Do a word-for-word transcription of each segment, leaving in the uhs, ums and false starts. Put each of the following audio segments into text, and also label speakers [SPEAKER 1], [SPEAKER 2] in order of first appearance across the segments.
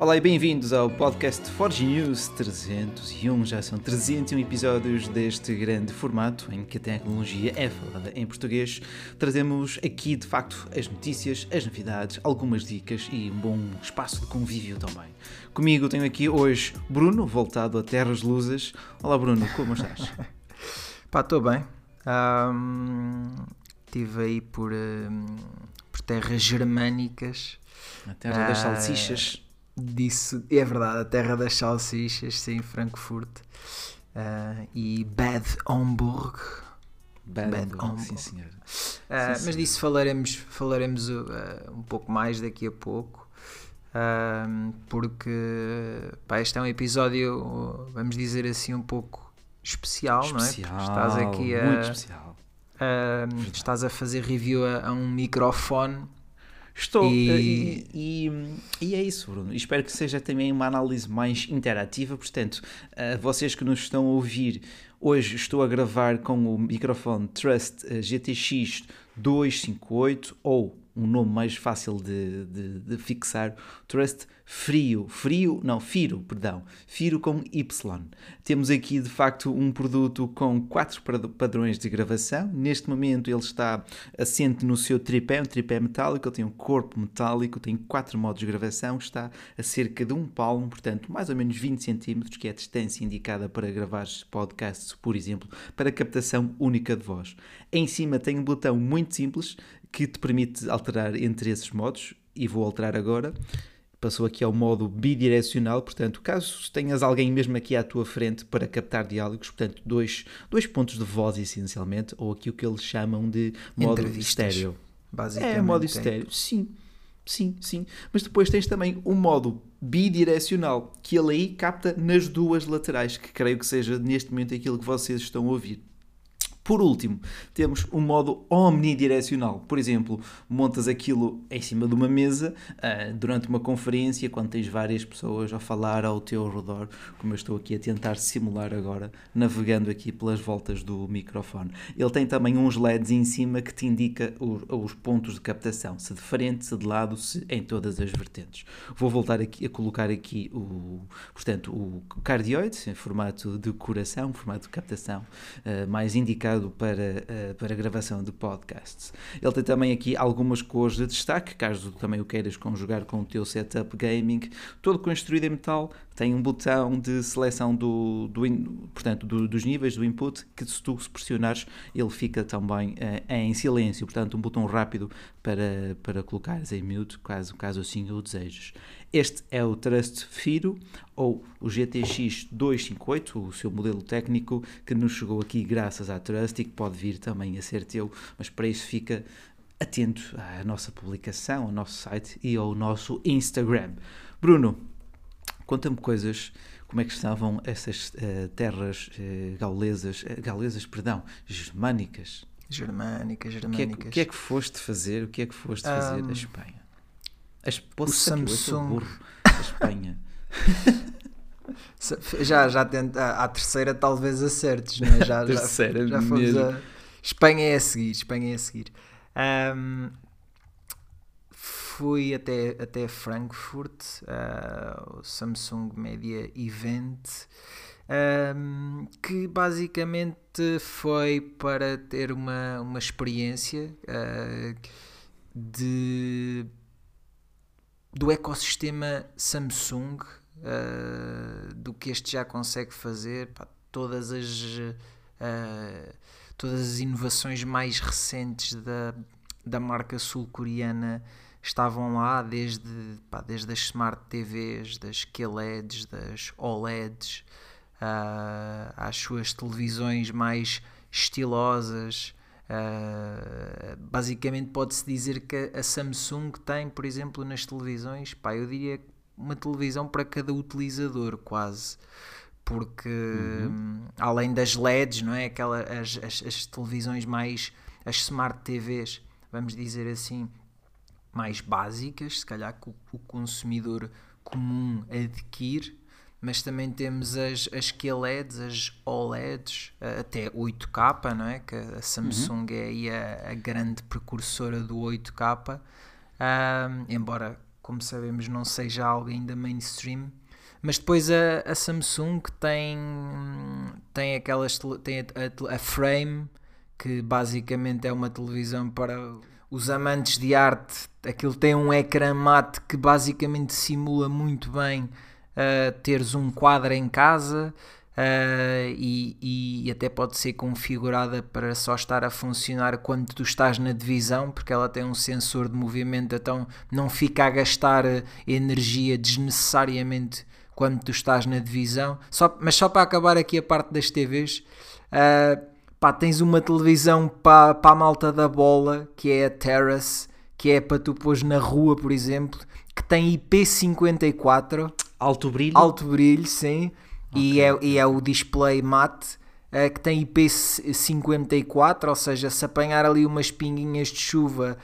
[SPEAKER 1] Olá e bem-vindos ao podcast Forge News trezentos e um. Já são trezentos e um episódios deste grande formato em que a tecnologia é falada em português. Trazemos aqui, de facto, as notícias, as novidades, algumas dicas e um bom espaço de convívio também. Comigo tenho aqui hoje Bruno, voltado a terras lusas. Olá Bruno, como estás?
[SPEAKER 2] Pá, estou bem. Um, estive aí por, um, por terras germânicas.
[SPEAKER 1] A terra das salsichas.
[SPEAKER 2] Disso, é verdade, a terra das salsichas, sim, Frankfurt. Uh, e Bad Homburg.
[SPEAKER 1] Bad, Bad Homburg, sim senhor.
[SPEAKER 2] Uh,
[SPEAKER 1] sim,
[SPEAKER 2] mas
[SPEAKER 1] senhor.
[SPEAKER 2] disso falaremos, falaremos uh, um pouco mais daqui a pouco. Uh, porque pá, este é um episódio, vamos dizer assim, um pouco especial,
[SPEAKER 1] especial
[SPEAKER 2] não é? Porque estás aqui a,
[SPEAKER 1] muito especial.
[SPEAKER 2] Uh, estás a fazer review a, a um microfone.
[SPEAKER 1] Estou,
[SPEAKER 2] e...
[SPEAKER 1] E, e, e é isso, Bruno. Espero que seja também uma análise mais interativa. Portanto, uh, vocês que nos estão a ouvir, hoje estou a gravar com o microfone Trust G T X duzentos e cinquenta e oito, ou um nome mais fácil de, de, de fixar, Trust Frio, Frio, não, Firo, perdão, Firo com Y. Temos aqui de facto um produto com quatro padrões de gravação. Neste momento ele está assente no seu tripé, um tripé metálico, ele tem um corpo metálico, tem quatro modos de gravação, está a cerca de um palmo, portanto mais ou menos vinte centímetros, que é a distância indicada para gravar podcasts, por exemplo, para captação única de voz. Em cima tem um botão muito simples que te permite alterar entre esses modos, e vou alterar agora. Passou aqui ao modo bidirecional, portanto, caso tenhas alguém mesmo aqui à tua frente para captar diálogos, portanto, dois, dois pontos de voz essencialmente, ou aqui o que eles chamam de modo estéreo.
[SPEAKER 2] Basicamente.
[SPEAKER 1] É, modo estéreo, sim, sim, sim. Mas depois tens também um modo bidirecional, que ele aí capta nas duas laterais, que creio que seja neste momento aquilo que vocês estão a ouvir. Por último, temos um modo omnidirecional. Por exemplo, montas aquilo em cima de uma mesa uh, durante uma conferência, quando tens várias pessoas a falar ao teu redor, como eu estou aqui a tentar simular agora, navegando aqui pelas voltas do microfone. Ele tem também uns L E Ds em cima que te indica os, os pontos de captação, se de frente, se de lado, se em todas as vertentes. Vou voltar aqui a colocar aqui o, portanto, o cardioide, em formato de coração, formato de captação uh, mais indicado para, uh, para gravação de podcasts. Ele tem também aqui algumas cores de destaque, caso também o queiras conjugar com o teu setup gaming, todo construído em metal. Tem um botão de seleção do, do, portanto, do, dos níveis do input, que se tu pressionares ele fica também uh, em silêncio, portanto um botão rápido para, para colocares em mute, caso, caso assim o desejes. Este é o Trust Firo, ou o G T X duzentos e cinquenta e oito, o seu modelo técnico, que nos chegou aqui graças à Trust e que pode vir também a ser teu, mas para isso fica atento à nossa publicação, ao nosso site e ao nosso Instagram. Bruno, conta-me coisas, como é que estavam essas uh, terras uh, gaulesas, uh, gaulesas, perdão, germânicas.
[SPEAKER 2] Germânicas, germânicas.
[SPEAKER 1] O que, é que, o que é que foste fazer, o que é que foste fazer um, a Espanha? As, o Samsung, a Espanha.
[SPEAKER 2] já, já tenta, à terceira talvez acertes, não é? Já,
[SPEAKER 1] terceira
[SPEAKER 2] já, já fomos a... Espanha é a seguir, Espanha é a seguir. Um, fui até, até Frankfurt, uh, o Samsung Media Event, um, que basicamente foi para ter uma, uma experiência uh, de... do ecossistema Samsung, uh, do que este já consegue fazer, pá, todas as uh, todas as inovações mais recentes da, da marca sul-coreana estavam lá, desde, pá, desde as Smart T Vs, das Q L E Ds, das O L E Ds, uh, às suas televisões mais estilosas. Uh, basicamente pode-se dizer que a Samsung tem, por exemplo, nas televisões, pá, eu diria uma televisão para cada utilizador quase, porque uhum. além das L E Ds, não é? Aquela, as, as, as televisões mais, as Smart T Vs, vamos dizer assim, mais básicas, se calhar que o, o consumidor comum adquire, mas também temos as, as Q L E Ds, as O L E Ds, até oito K, não é? Que a Samsung uhum. é aí a, a grande precursora do oito K, um, embora como sabemos, não seja algo ainda mainstream. Mas depois a, a Samsung tem, tem aquelas tem a, a, a Frame, que basicamente é uma televisão para os amantes de arte. Aquilo tem um ecrã mate que basicamente simula muito bem uh, teres um quadro em casa. Uh, e, e até pode ser configurada para só estar a funcionar quando tu estás na divisão, porque ela tem um sensor de movimento, então não fica a gastar energia desnecessariamente quando tu estás na divisão. Só, mas só para acabar aqui a parte das T Vs, uh, pá, tens uma televisão para, para a malta da bola, que é a Terrace, que é para tu pôres na rua, por exemplo, que tem I P cinquenta e quatro,
[SPEAKER 1] alto brilho,
[SPEAKER 2] alto brilho, sim.
[SPEAKER 1] Okay.
[SPEAKER 2] E, é, e é o display mate, uh, que tem I P cinquenta e quatro, ou seja, se apanhar ali umas pinguinhas de chuva,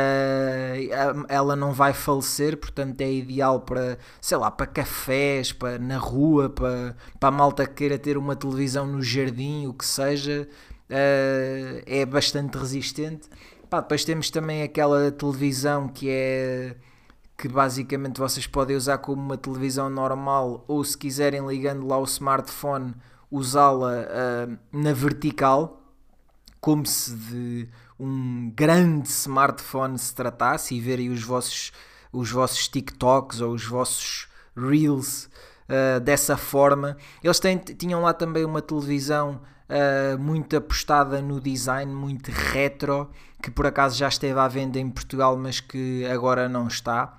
[SPEAKER 2] uh, ela não vai falecer, portanto é ideal para, sei lá, para cafés, para, na rua, para, para a malta que queira ter uma televisão no jardim, o que seja, uh, é bastante resistente. Pá, depois temos também aquela televisão que é... que basicamente vocês podem usar como uma televisão normal, ou se quiserem, ligando lá o smartphone, usá-la uh, na vertical, como se de um grande smartphone se tratasse, e verem os vossos, os vossos TikToks ou os vossos Reels uh, dessa forma. Eles têm, tinham lá também uma televisão uh, muito apostada no design, muito retro, que por acaso já esteve à venda em Portugal, mas que agora não está.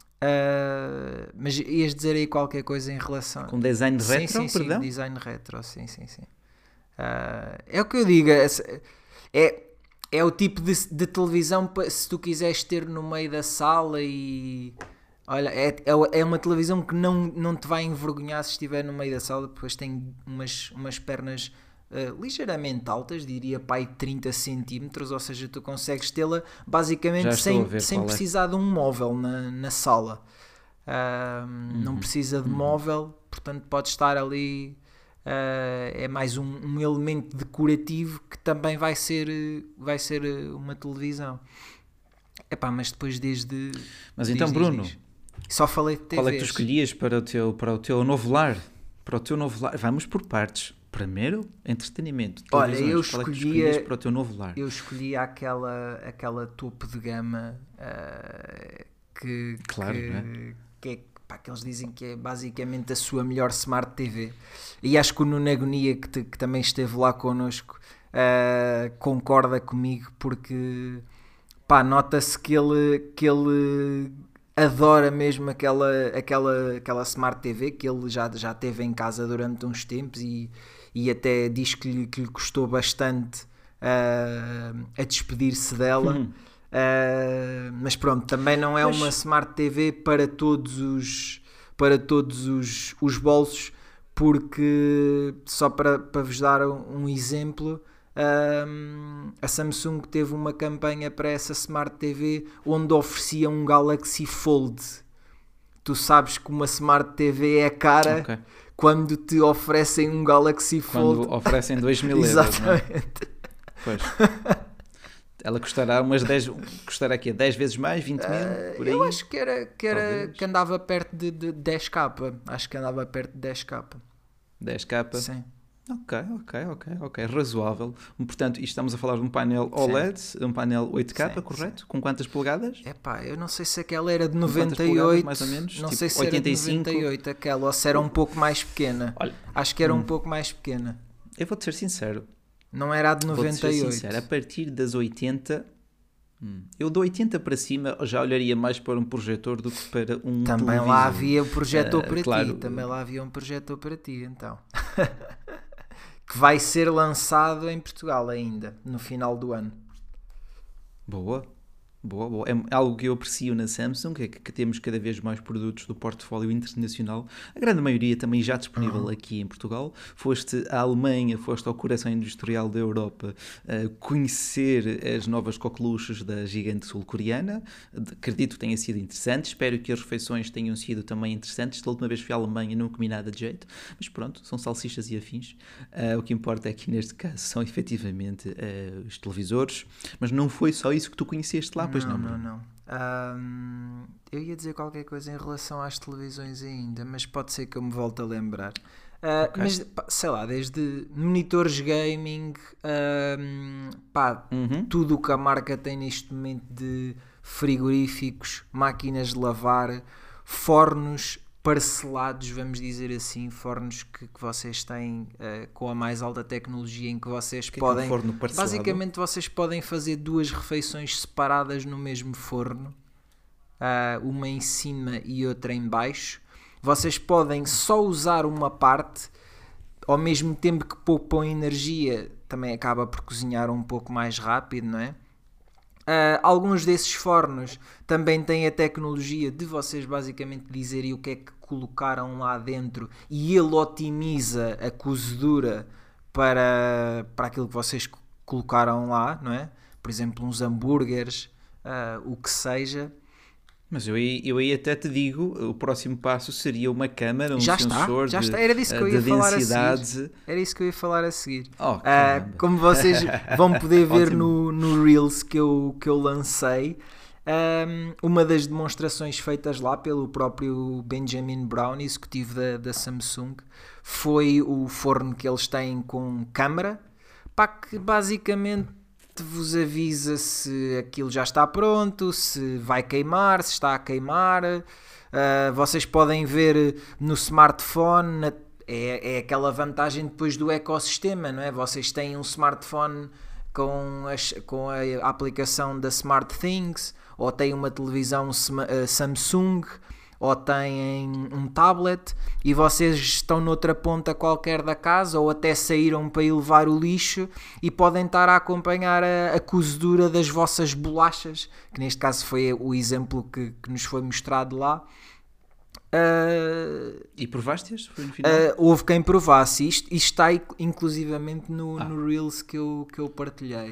[SPEAKER 2] Uh, mas ias dizer aí qualquer coisa em relação
[SPEAKER 1] com design retro,
[SPEAKER 2] sim, sim,
[SPEAKER 1] perdão?
[SPEAKER 2] Sim, design retro, sim, sim, sim. Uh, é o que eu digo, é, é, é o tipo de, de televisão se tu quiseres ter no meio da sala e olha, é, é uma televisão que não, não te vai envergonhar se estiver no meio da sala, depois tem umas, umas pernas Uh, ligeiramente altas, diria pai trinta centímetros, ou seja, tu consegues tê-la basicamente sem, sem precisar é. de um móvel na, na sala. Uh, uhum, não precisa de uhum. móvel, portanto pode estar ali, uh, é mais um, um elemento decorativo que também vai ser, vai ser uma televisão. Epá, mas depois desde...
[SPEAKER 1] Mas
[SPEAKER 2] diz,
[SPEAKER 1] então
[SPEAKER 2] diz,
[SPEAKER 1] Bruno,
[SPEAKER 2] diz. Só falei de T Vs.
[SPEAKER 1] Qual é que tu escolhias para o teu, para o teu novo lar? Para o teu novo lar, vamos por partes. Primeiro, entretenimento.
[SPEAKER 2] Olha, eu escolhi
[SPEAKER 1] é para o teu novo lar.
[SPEAKER 2] Eu escolhi aquela, aquela topo de gama uh, que,
[SPEAKER 1] claro,
[SPEAKER 2] que,
[SPEAKER 1] é?
[SPEAKER 2] que, é, pá, que eles dizem que é basicamente a sua melhor Smart T V. E acho que o Nuno Agonia, que, te, que também esteve lá connosco, uh, concorda comigo, porque pá, nota-se que ele, que ele adora mesmo aquela, aquela, aquela Smart T V que ele já, já teve em casa durante uns tempos e e até diz que lhe, que lhe custou bastante uh, a despedir-se dela. Uhum. Uh, mas pronto, também não é mas... uma Smart T V para todos os, para todos os, os bolsos, porque só para, para vos dar um, um exemplo, uh, a Samsung teve uma campanha para essa Smart T V onde oferecia um Galaxy Fold. Tu sabes que uma Smart T V é cara, okay, quando te oferecem um Galaxy Fold.
[SPEAKER 1] Quando oferecem dois mil euros. Exatamente. Pois. Ela custará umas dez, custará aqui dez vezes mais, vinte mil, por aí?
[SPEAKER 2] Eu acho que, era, que, era, que andava perto de, de dez K. Acho que andava perto de dez K.
[SPEAKER 1] dez K?
[SPEAKER 2] Sim.
[SPEAKER 1] Ok, ok, ok, ok, razoável. Portanto, isto estamos a falar de um painel O L E D, sim, um painel oito K, sim, correto? Sim. Com quantas polegadas?
[SPEAKER 2] Epá, eu não sei se aquela era de noventa e oito,
[SPEAKER 1] mais ou menos?
[SPEAKER 2] Não
[SPEAKER 1] tipo
[SPEAKER 2] sei se
[SPEAKER 1] oitenta e cinco?
[SPEAKER 2] era de noventa e oito aquela, ou se era um pouco mais pequena. Olha, acho que era hum. um pouco mais pequena.
[SPEAKER 1] Eu vou-te ser sincero.
[SPEAKER 2] Não era a de noventa e oito.
[SPEAKER 1] Vou-te ser sincero, a partir das oitenta... Hum. Eu de oitenta para cima já olharia mais para um projetor do que para um
[SPEAKER 2] Também
[SPEAKER 1] televisor.
[SPEAKER 2] lá havia um projetor uh, para
[SPEAKER 1] claro.
[SPEAKER 2] ti. Também lá havia um projetor para ti, então. Que vai ser lançado em Portugal ainda, no final do ano.
[SPEAKER 1] Boa. Boa, boa. É algo que eu aprecio na Samsung, é que, que temos cada vez mais produtos do portfólio internacional, a grande maioria também já disponível uhum. aqui em Portugal. Foste à Alemanha, foste ao coração industrial da Europa, uh, conhecer as novas coqueluches da gigante sul-coreana. Acredito que tenha sido interessante, espero que as refeições tenham sido também interessantes. Da última vez fui à Alemanha, não comi nada de jeito, mas pronto, são salsichas e afins. Uh, o que importa é que neste caso são efetivamente uh, os televisores, mas não foi só isso que tu conheceste lá. Pois
[SPEAKER 2] não,
[SPEAKER 1] não,
[SPEAKER 2] não, não. Um, eu ia dizer qualquer coisa em relação às televisões ainda, mas pode ser que eu me volte a lembrar. Uh,
[SPEAKER 1] Okay.
[SPEAKER 2] Mas pá, sei lá, desde monitores gaming, um, pá,
[SPEAKER 1] Uhum.
[SPEAKER 2] tudo o que a marca tem neste momento de frigoríficos, máquinas de lavar, fornos parcelados, vamos dizer assim, fornos que, que vocês têm uh, com a mais alta tecnologia, em que vocês
[SPEAKER 1] O que é que é um
[SPEAKER 2] podem,
[SPEAKER 1] forno parcelado?
[SPEAKER 2] basicamente vocês podem fazer duas refeições separadas no mesmo forno, uh, uma em cima e outra em baixo. Vocês podem só usar uma parte, ao mesmo tempo que poupam energia, também acaba por cozinhar um pouco mais rápido, não é? Uh, alguns desses fornos também têm a tecnologia de vocês basicamente dizerem o que é que colocaram lá dentro e ele otimiza a cozedura para, para aquilo que vocês colocaram lá, não é? Por exemplo, uns hambúrgueres, uh, o que seja.
[SPEAKER 1] Mas eu aí, eu aí até te digo, o próximo passo seria uma câmara, um
[SPEAKER 2] Já está,
[SPEAKER 1] sensor
[SPEAKER 2] já
[SPEAKER 1] de,
[SPEAKER 2] está. Era disso que eu
[SPEAKER 1] de
[SPEAKER 2] ia falar a
[SPEAKER 1] densidade.
[SPEAKER 2] seguir. Era isso que eu ia falar a seguir.
[SPEAKER 1] Oh,
[SPEAKER 2] Uh,
[SPEAKER 1] caramba.
[SPEAKER 2] como vocês vão poder ver
[SPEAKER 1] Ótimo.
[SPEAKER 2] no, no Reels que eu, que eu lancei, um, uma das demonstrações feitas lá pelo próprio Benjamin Brown, executivo da, da Samsung, foi o forno que eles têm com câmara, pá, que basicamente vos avisa se aquilo já está pronto, se vai queimar, se está a queimar. Uh, vocês podem ver no smartphone, na, é, é aquela vantagem depois do ecossistema, não é? Vocês têm um smartphone com, as, com a aplicação da SmartThings, ou têm uma televisão uh, Samsung, ou têm um tablet e vocês estão noutra ponta qualquer da casa ou até saíram para ir levar o lixo e podem estar a acompanhar a, a cozedura das vossas bolachas, que neste caso foi o exemplo que, que nos foi mostrado lá. Uh,
[SPEAKER 1] E provaste-as? Foi no final?
[SPEAKER 2] uh, houve quem provasse isto e está inclusivamente no,
[SPEAKER 1] Ah.
[SPEAKER 2] no Reels que eu, que eu partilhei.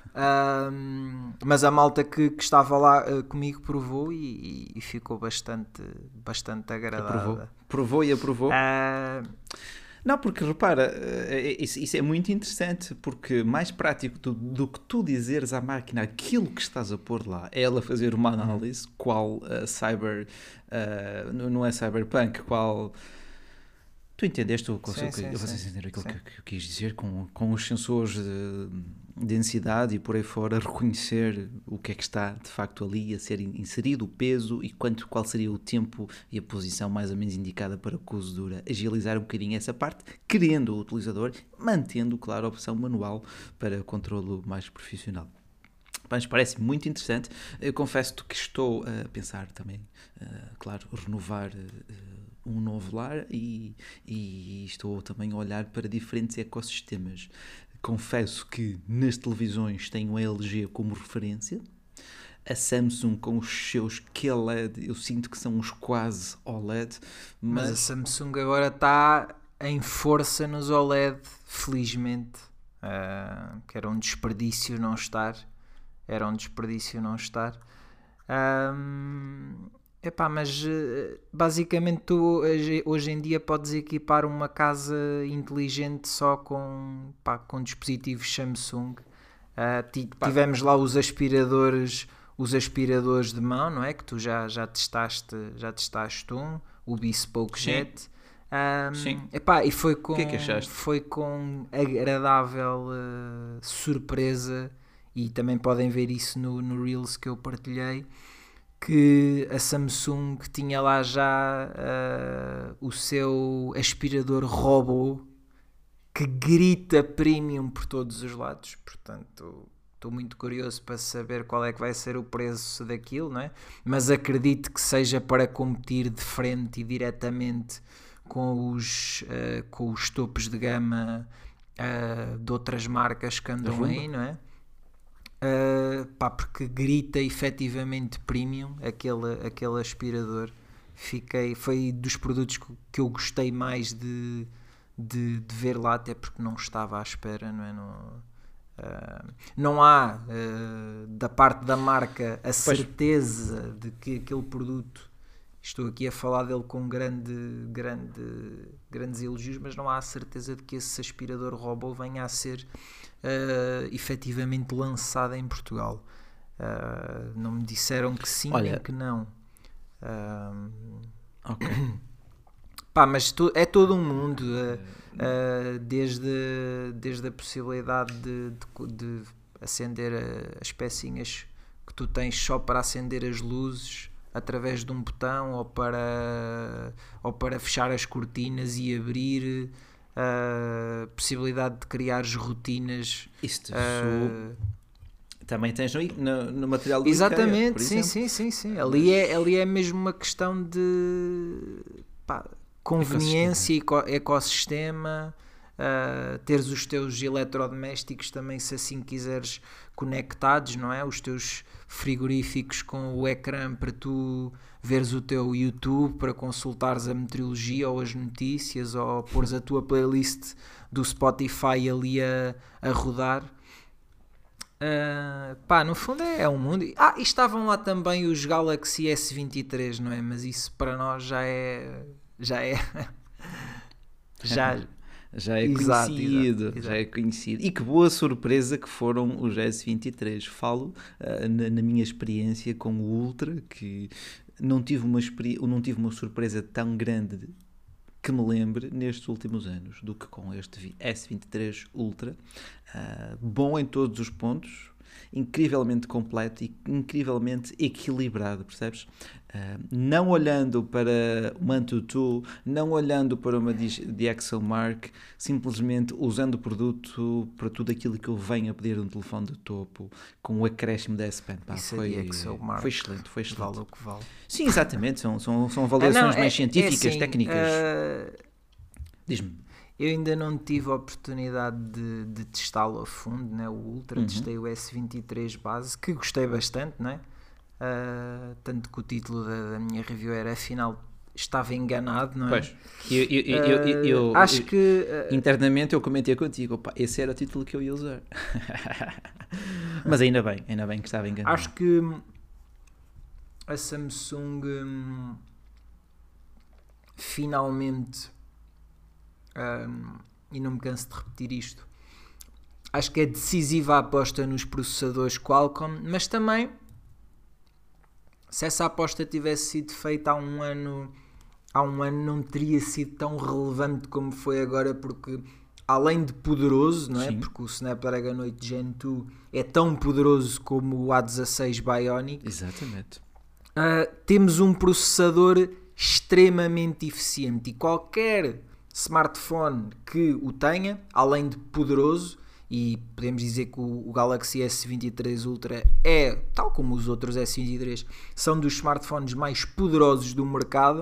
[SPEAKER 2] Um, mas a malta que, que estava lá uh, comigo provou e, e ficou bastante, bastante agradada.
[SPEAKER 1] Aprovou. Provou e aprovou.
[SPEAKER 2] Uh,
[SPEAKER 1] Não, porque repara, eh, isso, isso é muito interessante, porque mais prático do, do que tu dizeres à máquina aquilo que estás a pôr lá, é ela fazer uma análise, qual uh, cyber, uh, não é cyberpunk, qual... Tu entendeste o conceito?
[SPEAKER 2] Sim, sim,
[SPEAKER 1] Vocês
[SPEAKER 2] sim.
[SPEAKER 1] entenderam aquilo
[SPEAKER 2] Sim.
[SPEAKER 1] que, que eu quis dizer? Com, com os sensores de densidade e por aí fora, reconhecer o que é que está de facto ali a ser inserido, o peso e quanto, qual seria o tempo e a posição mais ou menos indicada para a cozedura. Agilizar um bocadinho essa parte, querendo o utilizador, mantendo, claro, a opção manual para controlo mais profissional. Mas parece muito interessante. Eu confesso-te que estou a pensar também, uh, claro, renovar uh, um novo lar e, e estou também a olhar para diferentes ecossistemas. Confesso que nas televisões tenho a L G como referência, a Samsung com os seus Q L E D, eu sinto que são os quase O L E D, mas,
[SPEAKER 2] mas a Samsung agora está em força nos O L E D, felizmente, uh, que era um desperdício não estar. Era um desperdício não estar. Um, epá, mas basicamente tu hoje em dia podes equipar uma casa inteligente só com, pá, com dispositivos Samsung. Uh, tivemos lá os aspiradores, os aspiradores de mão, não é? Que tu já, já testaste, já testaste um, o Bespoke Jet. Um,
[SPEAKER 1] Sim.
[SPEAKER 2] Epá, e foi com,
[SPEAKER 1] que é que achaste?
[SPEAKER 2] foi com agradável uh, surpresa. E também podem ver isso no, no Reels que eu partilhei, que a Samsung tinha lá já uh, o seu aspirador robô que grita premium por todos os lados. Portanto, estou muito curioso para saber qual é que vai ser o preço daquilo, não é? Mas acredito que seja para competir de frente e diretamente com os, uh, com os topos de gama uh, de outras marcas que andam aí, não é? Uh, pá, porque grita efetivamente premium aquele, aquele aspirador. Fiquei, foi dos produtos que, que eu gostei mais de, de, de ver lá, até porque não estava à espera, não é? Não, uh, não há uh, da parte da marca a certeza de que aquele produto, estou aqui a falar dele com grande, grande, grandes elogios, mas não há a certeza de que esse aspirador robô venha a ser Uh, efetivamente lançada em Portugal. Uh, não me disseram que sim,
[SPEAKER 1] Olha,
[SPEAKER 2] nem que não. Uh,
[SPEAKER 1] ok.
[SPEAKER 2] Pá, mas tu, é todo um mundo, uh, uh, desde, desde a possibilidade de, de, de acender as pecinhas que tu tens só para acender as luzes através de um botão, ou para, ou para fechar as cortinas e abrir, a uh, possibilidade de criar rotinas.
[SPEAKER 1] Isto
[SPEAKER 2] uh,
[SPEAKER 1] também tens no, no, no material do
[SPEAKER 2] exatamente,
[SPEAKER 1] IKEA, por
[SPEAKER 2] sim,
[SPEAKER 1] exemplo.
[SPEAKER 2] sim, sim, sim.
[SPEAKER 1] Mas...
[SPEAKER 2] Ali, é, ali é mesmo uma questão de, pá, conveniência e ecossistema, uh, teres os teus eletrodomésticos também, se assim quiseres, conectados, não é? Os teus frigoríficos com o ecrã para tu veres o teu YouTube, para consultares a meteorologia ou as notícias, ou pôres a tua playlist do Spotify ali a, a rodar. Uh, pá, no fundo é, é um mundo. Ah, e estavam lá também os Galaxy S vinte e três, não é? Mas isso para nós já é já é já,
[SPEAKER 1] já é
[SPEAKER 2] exato,
[SPEAKER 1] conhecido,
[SPEAKER 2] exato, exato.
[SPEAKER 1] já é conhecido. E que boa surpresa que foram os S vinte e três. Falo uh, na, na minha experiência com o Ultra, que não tive uma, não tive uma surpresa tão grande que me lembre nestes últimos anos do que com este S vinte e três Ultra. Uh, bom em todos os pontos, incrivelmente completo e incrivelmente equilibrado, percebes? Uh, não olhando para uma Antutu, não olhando para uma D X L Mark, simplesmente usando o produto para tudo aquilo que eu venho a pedir num telefone de topo, com o acréscimo da S Pen. Pá, foi,
[SPEAKER 2] D X L Mark,
[SPEAKER 1] foi excelente, foi excelente.
[SPEAKER 2] Vale o que vale.
[SPEAKER 1] Sim, exatamente, são, são, são avaliações ah, não, mais é, científicas,
[SPEAKER 2] é assim,
[SPEAKER 1] técnicas.
[SPEAKER 2] Uh...
[SPEAKER 1] Diz-me.
[SPEAKER 2] Eu ainda não tive a oportunidade de, de testá-lo a fundo, né? O Ultra, uhum. Testei o S vinte e três base, que gostei bastante, não é? Uh, tanto que o título da, da minha review era afinal estava enganado, não é?
[SPEAKER 1] Pois, eu, eu, eu, eu, eu, eu
[SPEAKER 2] acho
[SPEAKER 1] eu,
[SPEAKER 2] que uh,
[SPEAKER 1] internamente eu comentei contigo, opa, esse era o título que eu ia usar. Mas ainda bem, ainda bem que estava enganado.
[SPEAKER 2] Acho que a Samsung hum, finalmente, um, e não me canso de repetir isto, acho que é decisiva a aposta nos processadores Qualcomm, mas também, se essa aposta tivesse sido feita há um ano, há um ano não teria sido tão relevante como foi agora, porque além de poderoso, não é?
[SPEAKER 1] Sim.
[SPEAKER 2] Porque o Snapdragon oito Gen dois é tão poderoso como o A dezasseis Bionic.
[SPEAKER 1] Exatamente.
[SPEAKER 2] Uh, temos um processador extremamente eficiente e qualquer smartphone que o tenha, além de poderoso, e podemos dizer que o, o Galaxy S vinte e três Ultra é, tal como os outros S vinte e três, são dos smartphones mais poderosos do mercado,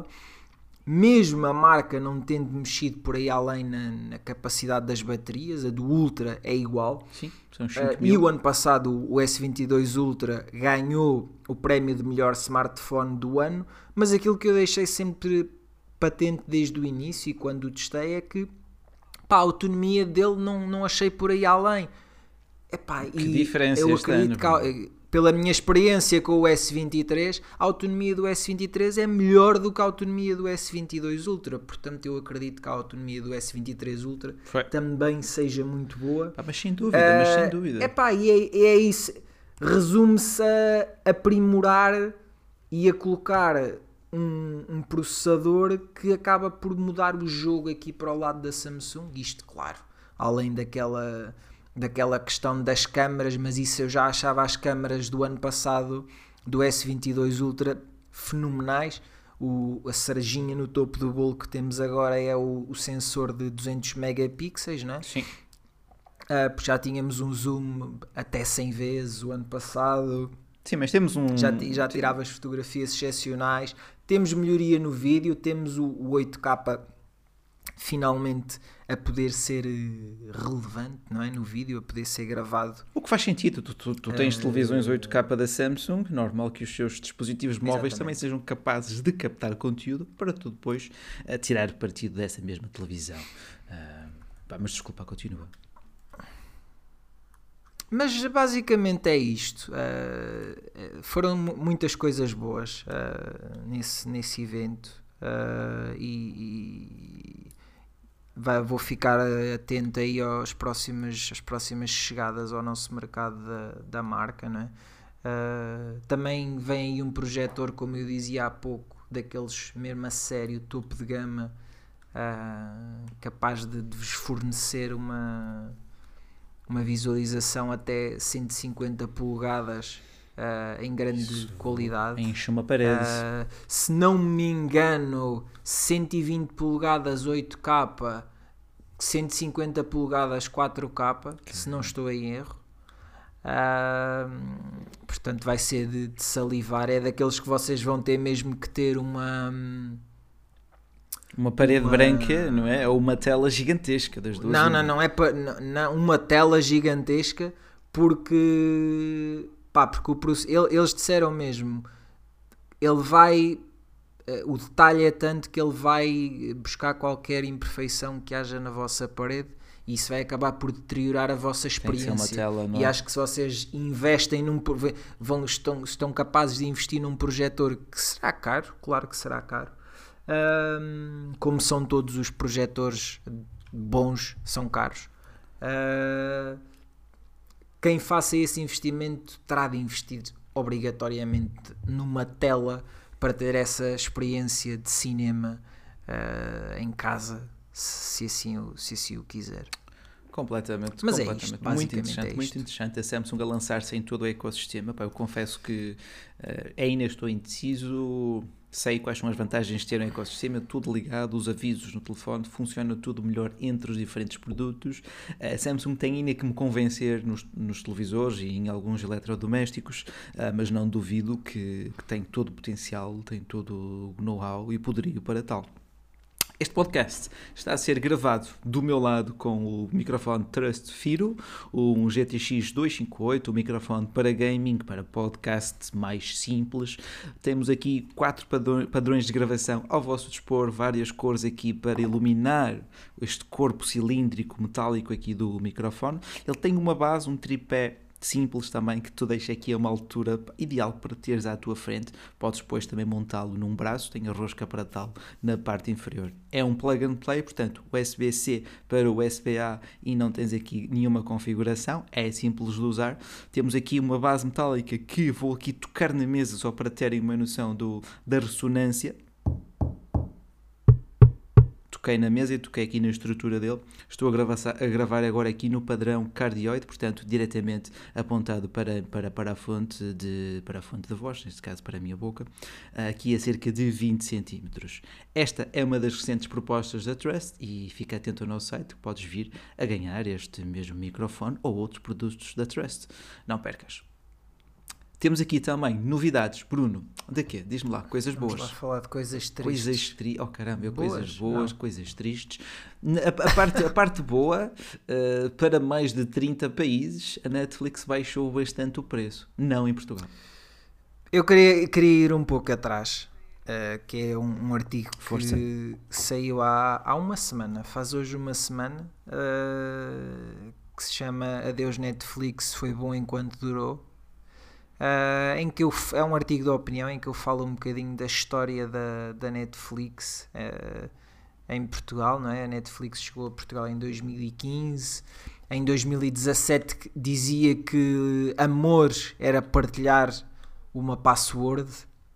[SPEAKER 2] mesmo a marca não tendo mexido por aí além na, na capacidade das baterias. A do Ultra é igual.
[SPEAKER 1] Sim, são cinco
[SPEAKER 2] uh,
[SPEAKER 1] mil.
[SPEAKER 2] E o ano passado o S vinte e dois Ultra ganhou o prémio de melhor smartphone do ano, mas aquilo que eu deixei sempre patente desde o início e quando o testei é que pá, a autonomia dele não, não achei por aí além. Epá,
[SPEAKER 1] que
[SPEAKER 2] e
[SPEAKER 1] diferença
[SPEAKER 2] eu
[SPEAKER 1] este
[SPEAKER 2] acredito
[SPEAKER 1] ano,
[SPEAKER 2] que, pela minha experiência com o S vinte e três, a autonomia do S vinte e três é melhor do que a autonomia do S vinte e dois Ultra. Portanto, eu acredito que a autonomia do S vinte e três Ultra
[SPEAKER 1] Foi.
[SPEAKER 2] também seja muito boa.
[SPEAKER 1] Ah, mas sem dúvida, uh, mas sem dúvida.
[SPEAKER 2] Epá, e é, é isso. Resume-se a aprimorar e a colocar um, um processador que acaba por mudar o jogo aqui para o lado da Samsung. Isto, claro, além daquela... daquela questão das câmaras, mas isso eu já achava as câmaras do ano passado do S vinte e dois Ultra fenomenais. O, a cerejinha no topo do bolo que temos agora é o, o sensor de duzentos megapixels, não é?
[SPEAKER 1] Sim.
[SPEAKER 2] Uh, porque já tínhamos um zoom até cem vezes o ano passado.
[SPEAKER 1] Sim, mas temos um...
[SPEAKER 2] Já, já tirava as fotografias excepcionais. Temos melhoria no vídeo, temos o, o oito K finalmente a poder ser relevante, não é? No vídeo, a poder ser gravado.
[SPEAKER 1] O que faz sentido, tu, tu, tu tens uh, televisões oito K da Samsung, normal que os seus dispositivos móveis
[SPEAKER 2] exatamente.
[SPEAKER 1] também sejam capazes de captar conteúdo para tu depois uh, tirar partido dessa mesma televisão. Uh, pá, mas desculpa, continua.
[SPEAKER 2] Mas basicamente é isto. Uh, foram muitas coisas boas uh, nesse, nesse evento uh, e... e Vai, vou ficar atento aí aos próximos, às próximas chegadas ao nosso mercado da, da marca, não é? Uh, também vem aí um projetor, como eu dizia há pouco, daqueles mesmo a sério, topo de gama, uh, capaz de, de vos fornecer uma, uma visualização até cento e cinquenta polegadas uh, em grande Isso, qualidade.
[SPEAKER 1] Enche uma parede.
[SPEAKER 2] Uh, se não me engano, cento e vinte polegadas oito K, cento e cinquenta polegadas quatro K, que se não estou em erro. Uh, portanto vai ser de, de salivar. É daqueles que vocês vão ter mesmo que ter uma
[SPEAKER 1] uma parede uma... branca, não é? Ou uma tela gigantesca das duas.
[SPEAKER 2] Não, não, não é pa... não, não, uma tela gigantesca, porque pá, porque o, eles disseram mesmo, ele vai, o detalhe é tanto que ele vai buscar qualquer imperfeição que haja na vossa parede. E isso vai acabar por deteriorar a vossa experiência.
[SPEAKER 1] Tela,
[SPEAKER 2] e acho que se vocês investem num, vão, estão, estão capazes de investir num projetor que será caro, claro que será caro, um, como são todos os projetores bons, são caros. Uh, quem faça esse investimento terá de investir obrigatoriamente numa tela para ter essa experiência de cinema uh, em casa, se assim, o, se assim o quiser.
[SPEAKER 1] Completamente,
[SPEAKER 2] mas
[SPEAKER 1] completamente.
[SPEAKER 2] É isto,
[SPEAKER 1] muito interessante,
[SPEAKER 2] é
[SPEAKER 1] muito interessante a Samsung a lançar-se em todo o ecossistema. Pá, eu confesso que uh, ainda estou indeciso, sei quais são as vantagens de ter um ecossistema, tudo ligado, os avisos no telefone, funciona tudo melhor entre os diferentes produtos. A Samsung tem ainda que me convencer nos, nos televisores e em alguns eletrodomésticos, uh, mas não duvido que, que tem todo o potencial, tem todo o know-how e poderio para tal. Este podcast está a ser gravado do meu lado com o microfone Trust Firo, um G T X duzentos e cinquenta e oito, um microfone para gaming, para podcast mais simples. Temos aqui quatro padrões de gravação ao vosso dispor, várias cores aqui para iluminar este corpo cilíndrico metálico aqui do microfone. Ele tem uma base, um tripé simples também, que tu deixa aqui a uma altura ideal para teres à tua frente. Podes depois também montá-lo num braço, tem a rosca para tal na parte inferior. É um plug and play, portanto U S B C para U S B A e não tens aqui nenhuma configuração, é simples de usar. Temos aqui uma base metálica que vou aqui tocar na mesa só para terem uma noção do, da ressonância. Toquei na mesa e toquei aqui na estrutura dele. Estou a gravar, a gravar agora aqui no padrão cardioide, portanto diretamente apontado para, para, para, a fonte de, para a fonte de voz, neste caso para a minha boca, aqui a cerca de vinte centímetros. Esta é uma das recentes propostas da Trust e fica atento ao nosso site que podes vir a ganhar este mesmo microfone ou outros produtos da Trust. Não percas. Temos aqui também novidades, Bruno, de quê? Diz-me lá, coisas boas.
[SPEAKER 2] Vamos lá falar de coisas tristes.
[SPEAKER 1] Coisas tristes, oh caramba, boas, coisas boas,
[SPEAKER 2] não.
[SPEAKER 1] coisas tristes. A, a, parte, a parte boa, uh, para mais de trinta países, a Netflix baixou bastante o preço, não em Portugal.
[SPEAKER 2] Eu queria, queria ir um pouco atrás, uh, que é um, um artigo
[SPEAKER 1] Força.
[SPEAKER 2] que saiu há, há uma semana, faz hoje uma semana, uh, que se chama Adeus Netflix, foi bom enquanto durou. Uh, em que eu, é um artigo de opinião em que eu falo um bocadinho da história da, da Netflix uh, em Portugal, não é? A Netflix chegou a Portugal em dois mil e quinze, em dois mil e dezassete dizia que amor era partilhar uma password.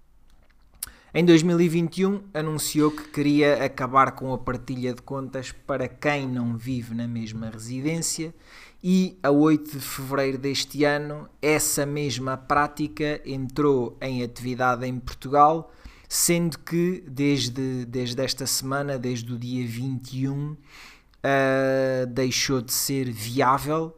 [SPEAKER 2] Em dois mil e vinte e um anunciou que queria acabar com a partilha de contas para quem não vive na mesma residência. E a oito de fevereiro deste ano, essa mesma prática entrou em atividade em Portugal, sendo que desde, desde esta semana, desde o dia vinte e um, uh, deixou de ser viável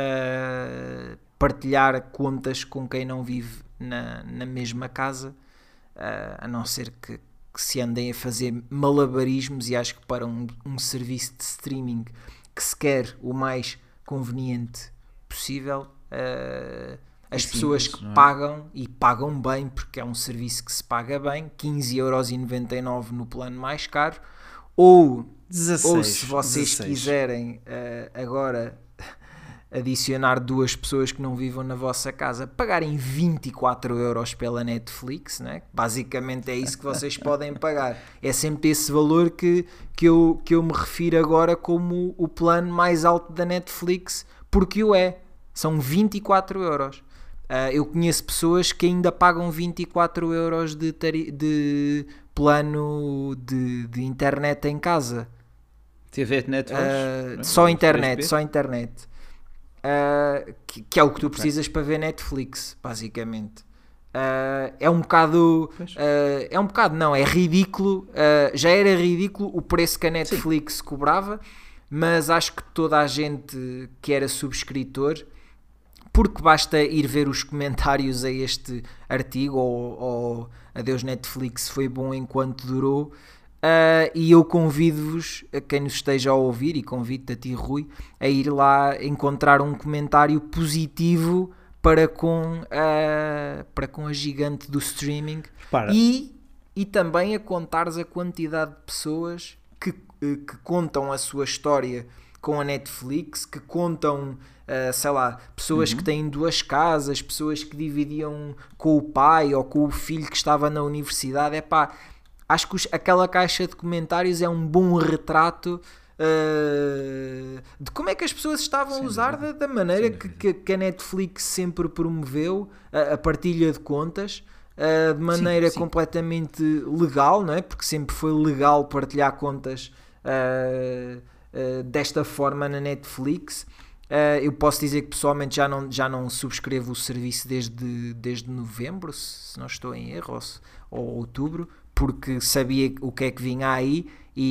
[SPEAKER 2] uh, partilhar contas com quem não vive na, na mesma casa, uh, a não ser que, que se andem a fazer malabarismos, e acho que para um, um serviço de streaming que se quer o mais conveniente possível, uh, as
[SPEAKER 1] é
[SPEAKER 2] pessoas
[SPEAKER 1] simples,
[SPEAKER 2] que
[SPEAKER 1] é?
[SPEAKER 2] pagam, e pagam bem, porque é um serviço que se paga bem, quinze euros e noventa e nove no plano mais caro, ou,
[SPEAKER 1] dezasseis,
[SPEAKER 2] ou se vocês
[SPEAKER 1] dezasseis.
[SPEAKER 2] quiserem uh, agora adicionar duas pessoas que não vivam na vossa casa, pagarem vinte e quatro euros pela Netflix, né? Basicamente é isso que vocês podem pagar. É sempre esse valor que, que, eu, que eu me refiro agora como o plano mais alto da Netflix, porque o é. São vinte e quatro euros. Uh, eu conheço pessoas que ainda pagam vinte e quatro euros de, tari- de plano de, de internet em casa.
[SPEAKER 1] T V de Netflix?
[SPEAKER 2] Uh, só internet, só internet. Uh, que, que é o que tu
[SPEAKER 1] Ok.
[SPEAKER 2] precisas para ver Netflix, basicamente. Uh, é um bocado uh, é um bocado, não, é ridículo. Uh, já era ridículo o preço que a Netflix Sim. cobrava, mas acho que toda a gente que era subscritor, porque basta ir ver os comentários a este artigo, ou, ou adeus Netflix, foi bom enquanto durou. Uh, e eu convido-vos, a quem nos esteja a ouvir, e convido-te a ti, Rui, a ir lá encontrar um comentário positivo para com, uh, para com a gigante do streaming e, e também a contares a quantidade de pessoas que, que contam a sua história com a Netflix, que contam, uh, sei lá, pessoas uhum. que têm duas casas, pessoas que dividiam com o pai ou com o filho que estava na universidade. É pá, acho que os, aquela caixa de comentários é um bom retrato uh, de como é que as pessoas estavam Sem a usar da, da maneira que, que, que a Netflix sempre promoveu a, a partilha de contas, uh, de maneira sim, sim. completamente legal, não é? Porque sempre foi legal partilhar contas uh, uh, desta forma na Netflix. Uh, eu posso dizer que pessoalmente já não, já não subscrevo o serviço desde, desde novembro, se não estou em erro, ou, ou outubro, porque sabia o que é que vinha aí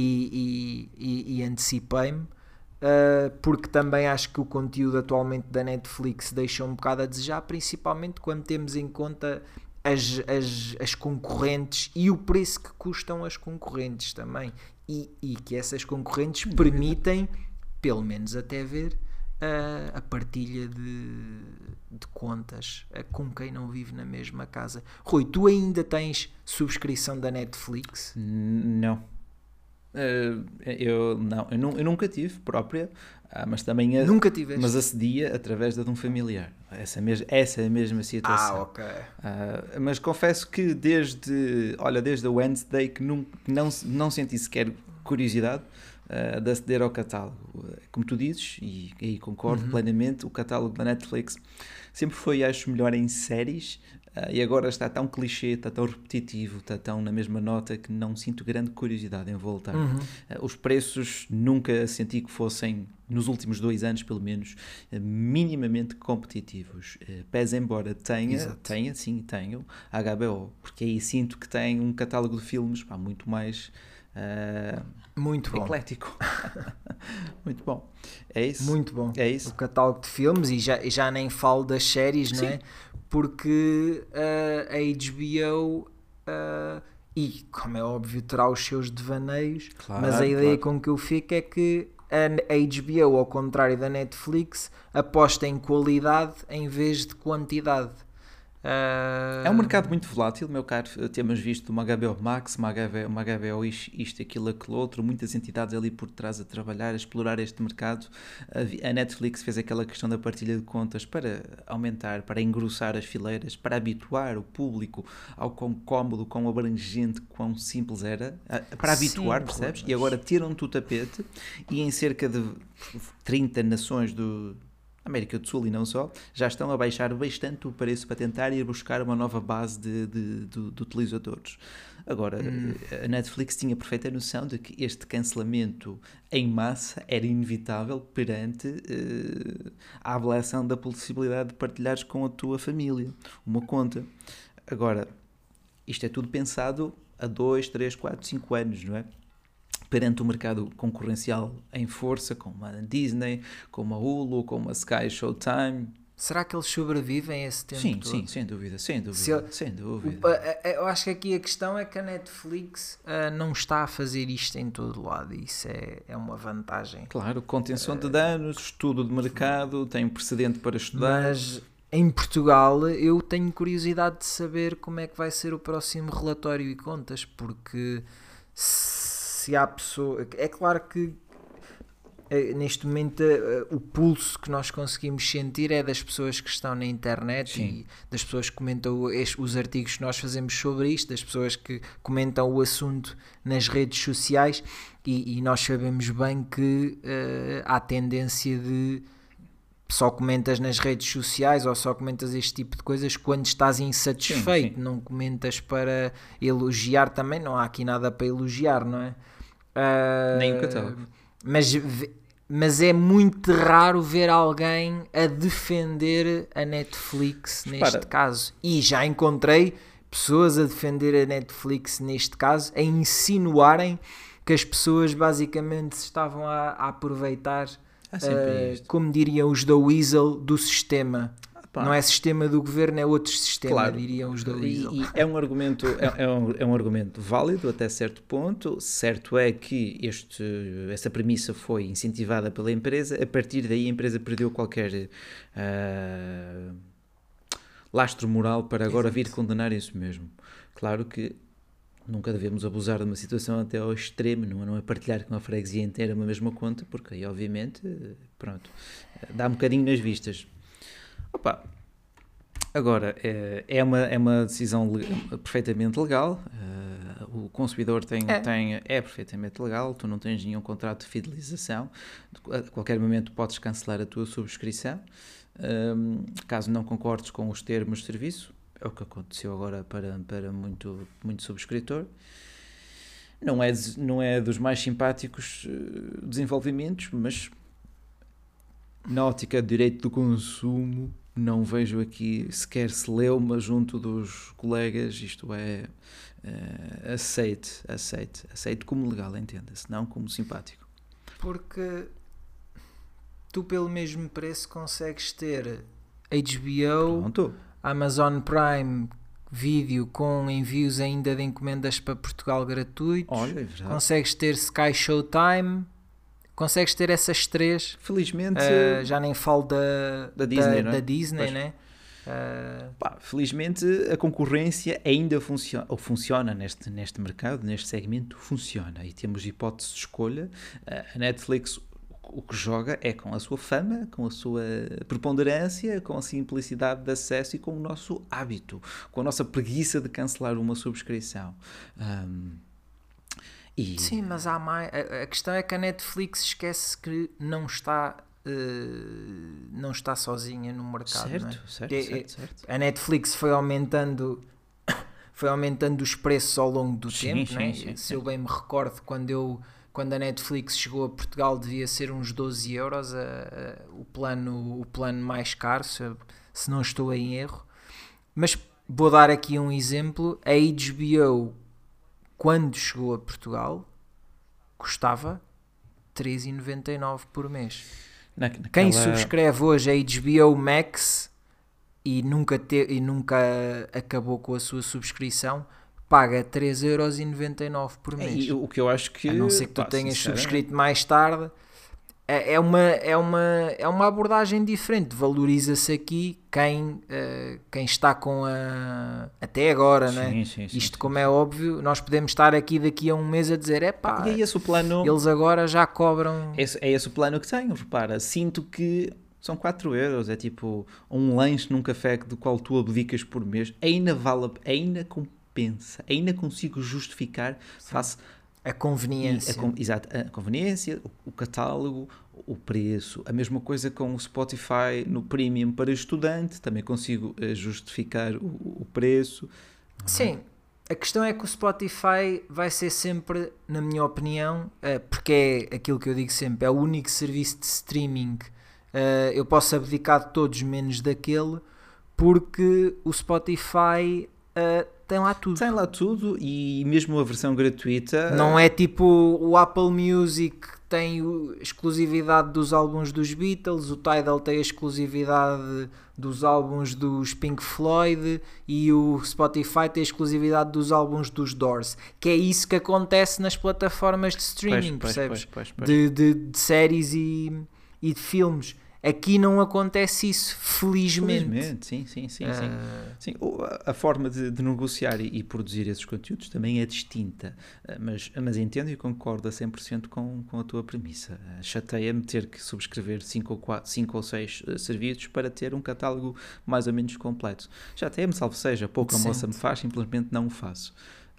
[SPEAKER 2] e, e, e, e antecipei-me, uh, porque também acho que o conteúdo atualmente da Netflix deixa um bocado a desejar, principalmente quando temos em conta as, as, as concorrentes e o preço que custam as concorrentes também, e, e que essas concorrentes permitem, pelo menos até ver, uh, a partilha de, de contas uh, com quem não vive na mesma casa. Rui, tu ainda tens subscrição da Netflix?
[SPEAKER 1] Não. Uh, eu, não, eu, não, eu nunca tive própria, uh, mas também a,
[SPEAKER 2] nunca tiveste?
[SPEAKER 1] Mas acedia através de um familiar. Essa, mes, essa é a mesma situação.
[SPEAKER 2] Ah, ok.
[SPEAKER 1] Uh, mas confesso que desde, olha, desde a Wednesday que não, não, não senti sequer curiosidade uh, de aceder ao catálogo. Como tu dizes, e aí concordo uhum. plenamente, o catálogo da Netflix sempre foi, acho, melhor em séries. Uh, e agora está tão clichê, está tão repetitivo, está tão na mesma nota que não sinto grande curiosidade em voltar.
[SPEAKER 2] Uhum.
[SPEAKER 1] Uh, os preços nunca senti que fossem, nos últimos dois anos pelo menos, uh, minimamente competitivos. Uh, pese embora tenha,
[SPEAKER 2] Exato.
[SPEAKER 1] tenha, sim, tenho a H B O, porque aí sinto que tem um catálogo de filmes pá, muito mais uh,
[SPEAKER 2] muito bom.
[SPEAKER 1] eclético. Muito bom. É isso.
[SPEAKER 2] Muito bom.
[SPEAKER 1] É isso.
[SPEAKER 2] O catálogo de filmes, e já, já nem falo das séries, sim. Não é? Porque uh, a H B O, uh, e como é óbvio, terá os seus devaneios, claro, mas a ideia claro. com que eu fico é que a H B O, ao contrário da Netflix, aposta em qualidade em vez de quantidade. Uh...
[SPEAKER 1] É um mercado muito volátil, meu caro. Temos visto uma H B O Max, uma H B O, uma H B O isto, isto, aquilo, aquilo outro, muitas entidades ali por trás a trabalhar, a explorar este mercado. A Netflix fez aquela questão da partilha de contas para aumentar, para engrossar as fileiras, para habituar o público ao quão cómodo, quão abrangente, quão simples era, para habituar, Sim, percebes? Mas... E agora tiram-te o tapete e em cerca de trinta nações do... América do Sul e não só, já estão a baixar bastante o preço para tentar ir buscar uma nova base de, de, de, de utilizadores. Agora, hum. a Netflix tinha perfeita noção de que este cancelamento em massa era inevitável perante uh, a ablação da possibilidade de partilhares com a tua família uma conta. Agora, isto é tudo pensado a dois, três, quatro, cinco anos, não é? Perante o mercado concorrencial em força, como a Disney, como a Hulu, como a Sky Showtime.
[SPEAKER 2] Será que eles sobrevivem a esse tempo
[SPEAKER 1] sim,
[SPEAKER 2] todo?
[SPEAKER 1] Sim, sem dúvida, sem dúvida, eu, sem dúvida.
[SPEAKER 2] Eu acho que aqui a questão é que a Netflix uh, não está a fazer isto em todo lado, e isso é, é uma vantagem.
[SPEAKER 1] Claro, contenção uh, de danos, estudo de mercado, tem um precedente para estudar.
[SPEAKER 2] Mas em Portugal eu tenho curiosidade de saber como é que vai ser o próximo relatório e contas, porque... Se há pessoa, é claro que neste momento o pulso que nós conseguimos sentir é das pessoas que estão na internet Sim. e das pessoas que comentam os artigos que nós fazemos sobre isto, das pessoas que comentam o assunto nas redes sociais, e, e nós sabemos bem que uh, há tendência de só comentas nas redes sociais ou só comentas este tipo de coisas quando estás insatisfeito, sim, sim. Não comentas para elogiar também, não há aqui nada para elogiar, não é? Uh,
[SPEAKER 1] Nem o catálogo.
[SPEAKER 2] Mas, mas é muito raro ver alguém a defender a Netflix neste para. caso. E já encontrei pessoas a defender a Netflix neste caso, a insinuarem que as pessoas basicamente estavam a, a aproveitar, ah, uh, como diriam os da Weasel, do sistema. Pá. Não é sistema do governo, é outro sistema, claro, diriam os da Weasel.
[SPEAKER 1] E, e é, um argumento, é, é, um, é um argumento válido até certo ponto. Certo é que este, essa premissa foi incentivada pela empresa, a partir daí a empresa perdeu qualquer uh, lastro moral para agora Exato. vir condenar isso mesmo. Claro que nunca devemos abusar de uma situação até ao extremo, não é, não é partilhar com a freguesia inteira uma mesma conta, porque aí obviamente, pronto, dá um bocadinho nas vistas. Opa, agora, é, é, uma, é uma decisão le- perfeitamente legal, uh, o consumidor tem, é. tem, é perfeitamente legal, tu não tens nenhum contrato de fidelização, a qualquer momento podes cancelar a tua subscrição, um, caso não concordes com os termos de serviço, é o que aconteceu agora para, para muito, muito subscritor. Não é, não é dos mais simpáticos uh, desenvolvimentos, mas na ótica de direito do consumo, não vejo aqui sequer celeuma junto dos colegas, isto é, uh, aceite, aceite, aceite como legal, entenda-se, não como simpático.
[SPEAKER 2] Porque tu pelo mesmo preço consegues ter H B O, Pronto. Amazon Prime Video com envios ainda de encomendas para Portugal gratuitos,
[SPEAKER 1] Olha, é verdade.
[SPEAKER 2] Consegues ter Sky Showtime, consegues ter essas três.
[SPEAKER 1] Felizmente
[SPEAKER 2] uh, já nem falo da,
[SPEAKER 1] da Disney,
[SPEAKER 2] da,
[SPEAKER 1] não é?
[SPEAKER 2] da Disney, né? Uh...
[SPEAKER 1] Pá, felizmente a concorrência ainda funciona, ou funciona neste, neste mercado, neste segmento, funciona e temos hipótese de escolha. A Netflix o que joga é com a sua fama, com a sua preponderância, com a simplicidade de acesso e com o nosso hábito, com a nossa preguiça de cancelar uma subscrição. Um, e...
[SPEAKER 2] Sim, mas há mais. A, a questão é que a Netflix esquece que não está. Uh, não está sozinha no mercado,
[SPEAKER 1] certo,
[SPEAKER 2] não é?
[SPEAKER 1] certo,
[SPEAKER 2] é,
[SPEAKER 1] certo, certo.
[SPEAKER 2] A Netflix foi aumentando foi aumentando os preços ao longo do
[SPEAKER 1] sim,
[SPEAKER 2] tempo,
[SPEAKER 1] sim,
[SPEAKER 2] não é?
[SPEAKER 1] sim,
[SPEAKER 2] Se
[SPEAKER 1] sim.
[SPEAKER 2] eu bem me recordo, quando, eu, quando a Netflix chegou a Portugal devia ser uns doze euros a, a, o, plano, o plano mais caro, se, se não estou em erro. Mas vou dar aqui um exemplo. A H B O, quando chegou a Portugal, custava três vírgula noventa e nove por mês.
[SPEAKER 1] Na, naquela...
[SPEAKER 2] Quem subscreve hoje a H B O Max e nunca, te, e nunca acabou com a sua subscrição, paga três vírgula noventa e nove euros por mês.
[SPEAKER 1] E o que eu acho que...
[SPEAKER 2] A não ser que tu pá, tenhas subscrito mais tarde, é, é, uma, é, uma, é uma abordagem diferente. Valoriza-se aqui quem, uh, quem está com a... Até agora, sim, né?
[SPEAKER 1] Sim, sim,
[SPEAKER 2] Isto,
[SPEAKER 1] sim,
[SPEAKER 2] como
[SPEAKER 1] sim.
[SPEAKER 2] é óbvio, nós podemos estar aqui daqui a um mês a dizer, é pá,
[SPEAKER 1] e é esse o plano...
[SPEAKER 2] eles agora já cobram...
[SPEAKER 1] Esse, é esse o plano que tenho, repara. Sinto que são quatro euros, é tipo um lanche num café do qual tu abdicas por mês. Ainda vale, ainda compensa, ainda consigo justificar face...
[SPEAKER 2] A conveniência.
[SPEAKER 1] A, exato, a conveniência, o, o catálogo, o preço. A mesma coisa com o Spotify no Premium para estudante, também consigo uh, justificar o, o preço.
[SPEAKER 2] Sim, a questão é que o Spotify vai ser sempre, na minha opinião, uh, porque é aquilo que eu digo sempre, é o único serviço de streaming. Uh, eu posso abdicar de todos menos daquele, porque o Spotify... Uh, tem lá tudo.
[SPEAKER 1] Tem lá tudo e mesmo a versão gratuita...
[SPEAKER 2] Não é tipo o Apple Music que tem a exclusividade dos álbuns dos Beatles, o Tidal tem a exclusividade dos álbuns dos Pink Floyd e o Spotify tem a exclusividade dos álbuns dos Doors. Que é isso que acontece nas plataformas de streaming,
[SPEAKER 1] pois,
[SPEAKER 2] percebes?
[SPEAKER 1] Pois, pois, pois.
[SPEAKER 2] De, de, de séries e, e de filmes. Aqui não acontece isso, felizmente.
[SPEAKER 1] Felizmente, sim, sim, sim.
[SPEAKER 2] Uh...
[SPEAKER 1] sim. sim a, a forma de, de negociar e, e produzir esses conteúdos também é distinta, mas, mas entendo e concordo a cem por cento com, com a tua premissa. Chateia-me ter que subscrever cinco ou seis serviços para ter um catálogo mais ou menos completo. Chateia-me, salvo seja, pouco a moça me faz, simplesmente não o faço.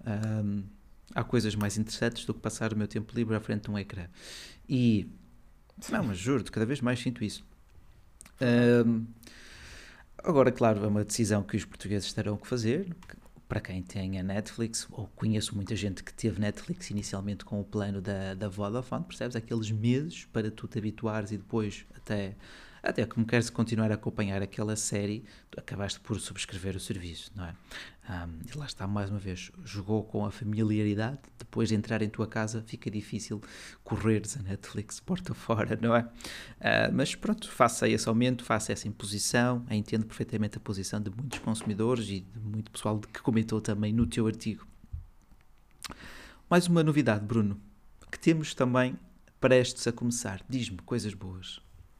[SPEAKER 1] Um, há coisas mais interessantes do que passar o meu tempo livre à frente de um ecrã. E, não, mas juro-te, cada vez mais sinto isso. Um, agora, claro, é uma decisão que os portugueses terão que fazer. Para quem tem a Netflix, ou conheço muita gente que teve Netflix inicialmente com o plano da, da Vodafone, percebes? Aqueles meses para tu te habituares e depois até, até como queres continuar a acompanhar aquela série, tu acabaste por subscrever o serviço, não é? Um, e lá está, mais uma vez, jogou com a familiaridade, depois de entrar em tua casa fica difícil correres a Netflix porta fora, não é? Uh, mas pronto, faça esse aumento, faça essa imposição, eu entendo perfeitamente a posição de muitos consumidores e de muito pessoal que comentou também no teu artigo. Mais uma novidade, Bruno, que temos também prestes a começar. Diz-me coisas boas.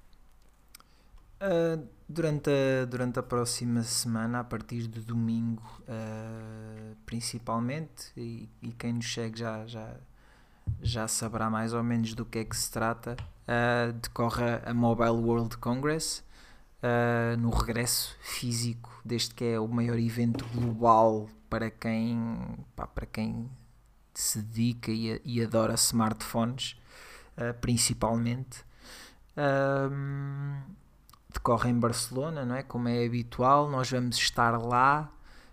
[SPEAKER 2] Uh, durante, a, durante a próxima semana, a partir de domingo, uh, principalmente, e, e quem nos segue já, já, já saberá mais ou menos do que é que se trata, uh, decorre a Mobile World Congress, uh, no regresso físico deste que é o maior evento global para quem, pá, para quem se dedica e, e adora smartphones, uh, principalmente. Um, decorre em Barcelona, não é? Como é habitual, nós vamos estar lá.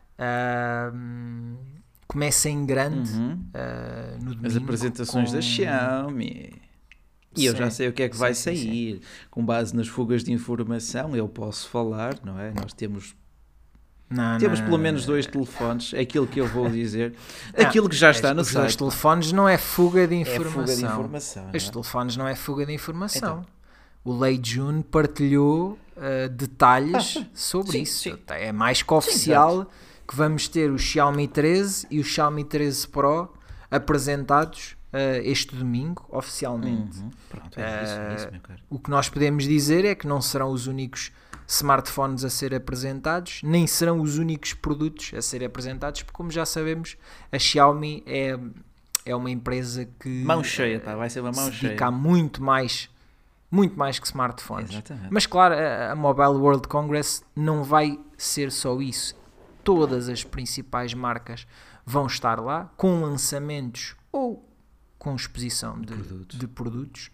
[SPEAKER 2] Um, começa em grande,
[SPEAKER 1] uhum.
[SPEAKER 2] uh, no domingo.
[SPEAKER 1] As apresentações com... da Xiaomi. E eu sim, já sei o que é que sim, vai sim, sair. Sim. Com base nas fugas de informação, eu posso falar, não é? Nós temos... Não, Temos não, pelo menos dois telefones, é aquilo que eu vou dizer. Não, aquilo que já está no
[SPEAKER 2] os
[SPEAKER 1] site.
[SPEAKER 2] Os telefones não é fuga de informação.
[SPEAKER 1] É fuga de informação.
[SPEAKER 2] Os é? telefones não é fuga de informação. Então. O Lei Jun partilhou uh, detalhes ah, sobre sim, isso. Sim. É mais que oficial sim, que vamos ter o Xiaomi treze e o Xiaomi treze Pro apresentados uh, este domingo, oficialmente.
[SPEAKER 1] Uhum. Pronto, é isso, é isso, meu caro.
[SPEAKER 2] O que nós podemos dizer é que não serão os únicos smartphones a ser apresentados, nem serão os únicos produtos a ser apresentados, porque como já sabemos, a Xiaomi é, é uma empresa que
[SPEAKER 1] mão cheia, pá, vai ser uma mão
[SPEAKER 2] se
[SPEAKER 1] cheia.
[SPEAKER 2] dedica a muito mais, muito mais que smartphones.
[SPEAKER 1] Exatamente.
[SPEAKER 2] Mas claro, a, a Mobile World Congress não vai ser só isso. Todas as principais marcas vão estar lá com lançamentos ou com exposição de,
[SPEAKER 1] produtos.
[SPEAKER 2] de produtos.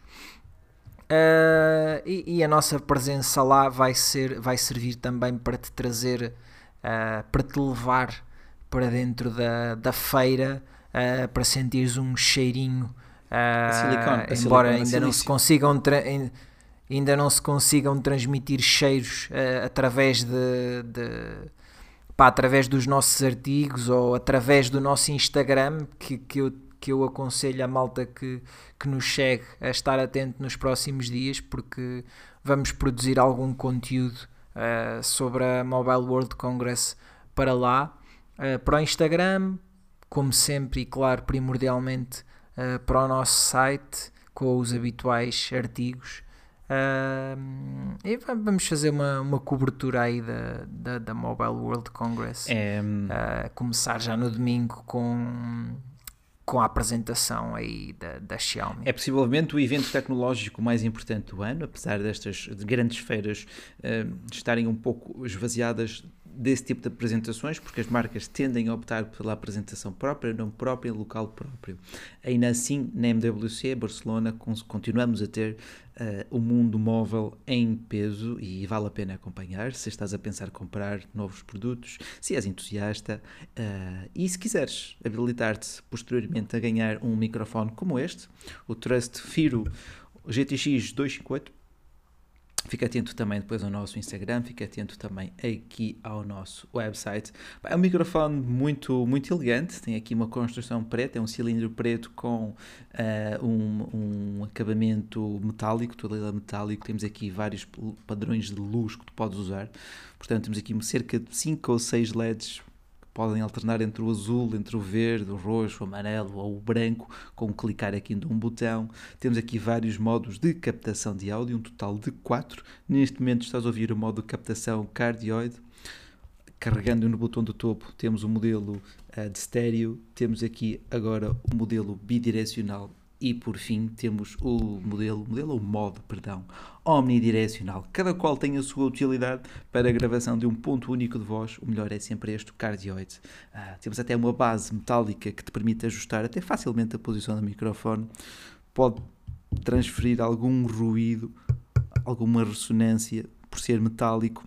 [SPEAKER 2] Uh, e, e a nossa presença lá vai, ser, vai servir também para te trazer, uh, para te levar para dentro da, da feira, uh, para sentires um cheirinho, uh,
[SPEAKER 1] silicone,
[SPEAKER 2] embora
[SPEAKER 1] silicone,
[SPEAKER 2] ainda não se consigam tra- ainda não se consigam transmitir cheiros uh, através de, de pá, através dos nossos artigos ou através do nosso Instagram, que, que eu que eu aconselho a malta que, que nos segue a estar atento nos próximos dias, porque vamos produzir algum conteúdo uh, sobre a Mobile World Congress para lá, uh, para o Instagram, como sempre, e claro, primordialmente uh, para o nosso site, com os habituais artigos. Uh, e vamos fazer uma, uma cobertura aí da, da, da Mobile World Congress.
[SPEAKER 1] É...
[SPEAKER 2] Uh, começar já no domingo com... com a apresentação aí da, da Xiaomi.
[SPEAKER 1] É possivelmente o evento tecnológico mais importante do ano, apesar destas grandes feiras uh, estarem um pouco esvaziadas desse tipo de apresentações, porque as marcas tendem a optar pela apresentação própria, nome próprio, local próprio. Ainda assim, na M W C, Barcelona, continuamos a ter uh, o mundo móvel em peso e vale a pena acompanhar se estás a pensar comprar novos produtos, se és entusiasta uh, e se quiseres habilitar-te posteriormente a ganhar um microfone como este, o Trust Firo G T X duzentos e cinquenta e oito. Fica atento também depois ao nosso Instagram, fica atento também aqui ao nosso website. É um microfone muito, muito elegante, tem aqui uma construção preta, é um cilindro preto com uh, um, um acabamento metálico, todo ele é metálico, temos aqui vários padrões de luz que tu podes usar, portanto temos aqui cerca de cinco ou seis L E Ds podem alternar entre o azul, entre o verde, o roxo, o amarelo ou o branco, com clicar aqui de um botão. Temos aqui vários modos de captação de áudio, um total de quatro. Neste momento estás a ouvir o modo de captação cardioide. Carregando no botão do topo temos o modelo uh, de estéreo, temos aqui agora o modelo bidirecional e por fim temos o modelo, modelo ou modo, perdão, omnidirecional. Cada qual tem a sua utilidade para a gravação de um ponto único de voz. O melhor é sempre este, o cardioide. Ah, temos até uma base metálica que te permite ajustar até facilmente a posição do microfone. Pode transferir algum ruído, alguma ressonância por ser metálico,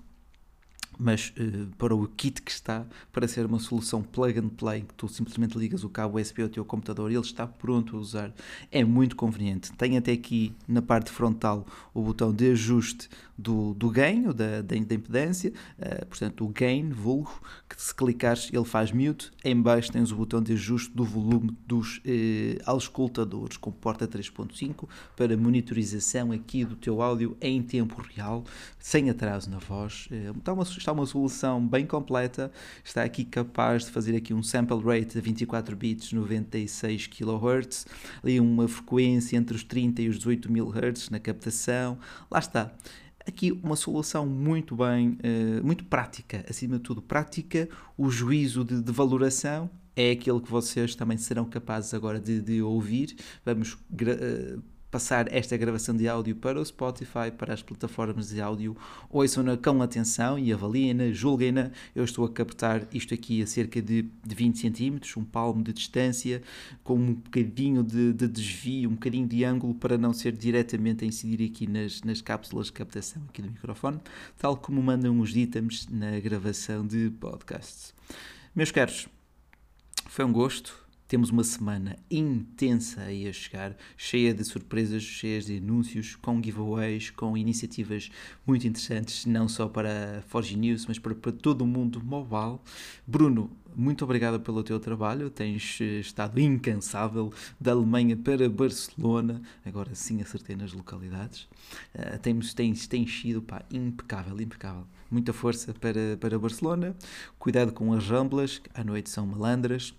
[SPEAKER 1] mas uh, para o kit que está, para ser uma solução plug and play, que tu simplesmente ligas o cabo U S B ao teu computador e ele está pronto a usar, é muito conveniente. Tem até aqui na parte frontal o botão de ajuste do, do gain, ou da, da, da impedância, uh, portanto o gain, vulgo, que se clicares ele faz mute. Em baixo tens o botão de ajuste do volume dos uh, auscultadores, com porta três ponto cinco, para monitorização aqui do teu áudio em tempo real, sem atraso na voz. Uh, está uma Está uma solução bem completa, está aqui capaz de fazer aqui um sample rate a vinte e quatro bits, noventa e seis quilohertz, ali uma frequência entre os trinta e os dezoito mil hertz na captação, lá está. Aqui uma solução muito bem, uh, muito prática, acima de tudo prática. O juízo de, de valoração é aquele que vocês também serão capazes agora de, de ouvir. Vamos uh, passar esta gravação de áudio para o Spotify, para as plataformas de áudio. Ouçam-na com atenção e avaliem-na, julguem-na. Eu estou a captar isto aqui a cerca de, de vinte centímetros, um palmo de distância, com um bocadinho de, de desvio, um bocadinho de ângulo, para não ser diretamente a incidir aqui nas, nas cápsulas de captação aqui do microfone, tal como mandam os ditames na gravação de podcasts. Meus caros, foi um gosto. Temos uma semana intensa aí a chegar, cheia de surpresas, cheia de anúncios, com giveaways, com iniciativas muito interessantes, não só para a Forge News, mas para, para todo o mundo mobile. Bruno, muito obrigado pelo teu trabalho, tens estado incansável, da Alemanha para Barcelona, agora sim acertei nas localidades. Uh, tens, tens, tens sido pá, impecável, impecável. Muita força para, para Barcelona, cuidado com as ramblas, que à noite são malandras,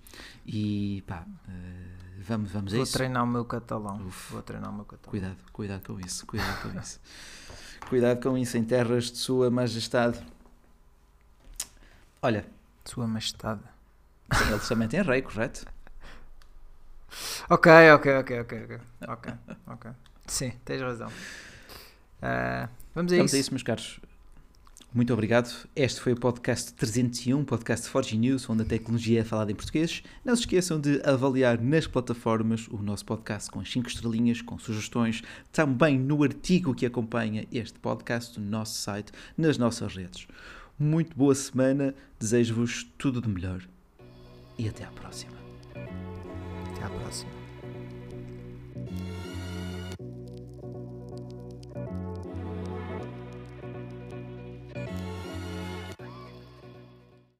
[SPEAKER 1] e pá, uh, vamos, vamos a
[SPEAKER 2] Vou
[SPEAKER 1] isso.
[SPEAKER 2] treinar o meu catalão. Uf, Vou treinar o meu catalão.
[SPEAKER 1] Cuidado, cuidado com isso, cuidado com isso. Cuidado com isso em terras de Sua Majestade. Olha,
[SPEAKER 2] Sua Majestade.
[SPEAKER 1] sim, eles também têm rei, correto?
[SPEAKER 2] Ok, ok, ok, ok, ok, ok, ok. Sim, tens razão. Uh, vamos a
[SPEAKER 1] Vamos
[SPEAKER 2] isso.
[SPEAKER 1] a isso, meus caros. Muito obrigado. Este foi o podcast trezentos e um, podcast Forge News, onde a tecnologia é falada em português. Não se esqueçam de avaliar nas plataformas o nosso podcast com as cinco estrelinhas, com sugestões, também no artigo que acompanha este podcast, no nosso site, nas nossas redes. Muito boa semana, desejo-vos tudo de melhor e até à próxima.
[SPEAKER 2] Até à próxima.